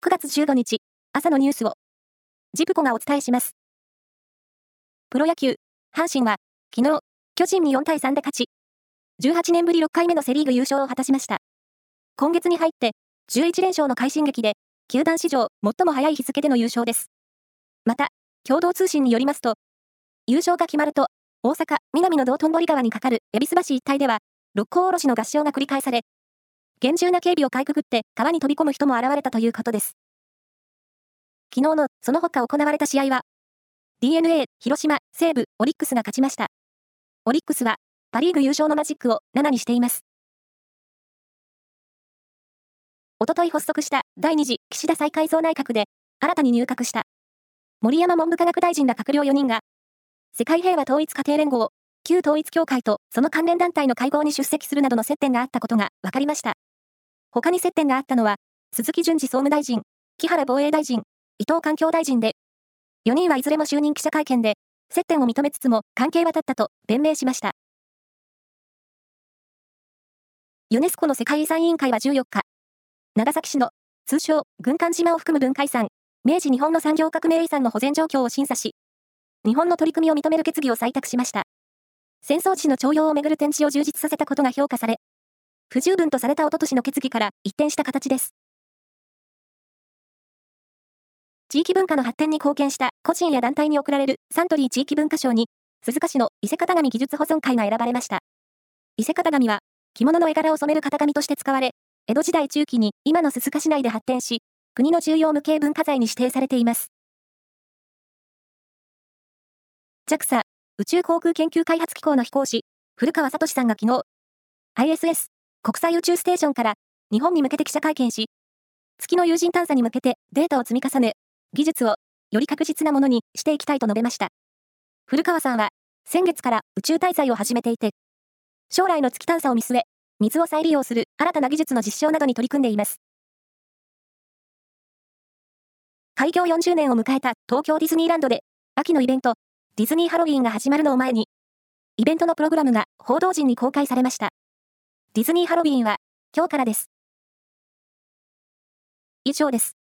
9月15日、朝のニュースを、ジプコがお伝えします。プロ野球、阪神は、昨日、巨人に4対3で勝ち、18年ぶり6回目のセリーグ優勝を果たしました。今月に入って、11連勝の快進撃で、球団史上最も早い日付での優勝です。また、共同通信によりますと、優勝が決まると、大阪、南の道頓堀川に架かる戎橋一帯では、六甲おろしの合唱が繰り返され、厳重な警備をかいくぐって川に飛び込む人も現れたということです。昨日のその他行われた試合は、DNA、広島、西武、オリックスが勝ちました。オリックスは、パリーグ優勝のマジックを7にしています。おととい発足した第2次岸田再改造内閣で、新たに入閣した、森山文部科学大臣ら閣僚4人が、世界平和統一家庭連合、旧統一教会とその関連団体の会合に出席するなどの接点があったことが分かりました。他に接点があったのは、鈴木淳司総務大臣、木原防衛大臣、伊藤環境大臣で、4人はいずれも就任記者会見で、接点を認めつつも関係は断ったと弁明しました。ユネスコの世界遺産委員会は14日、長崎市の通称軍艦島を含む文化遺産、明治日本の産業革命遺産の保全状況を審査し、日本の取り組みを認める決議を採択しました。戦争地の徴用をめぐる展示を充実させたことが評価され、不十分とされたおととしの決議から一転した形です。地域文化の発展に貢献した個人や団体に贈られるサントリー地域文化賞に、鈴鹿市の伊勢型紙技術保存会が選ばれました。伊勢型紙は、着物の絵柄を染める型紙として使われ、江戸時代中期に今の鈴鹿市内で発展し、国の重要無形文化財に指定されています。JAXA 宇宙航空研究開発機構の飛行士、古川聡さんが昨日、ISS 国際宇宙ステーションから日本に向けて記者会見し、月の有人探査に向けてデータを積み重ね、技術をより確実なものにしていきたいと述べました。古川さんは先月から宇宙滞在を始めていて、将来の月探査を見据え、水を再利用する新たな技術の実証などに取り組んでいます。開業40年を迎えた東京ディズニーランドで、秋のイベント、ディズニーハロウィーンが始まるのを前に、イベントのプログラムが報道陣に公開されました。ディズニーハロウィーンは今日からです。以上です。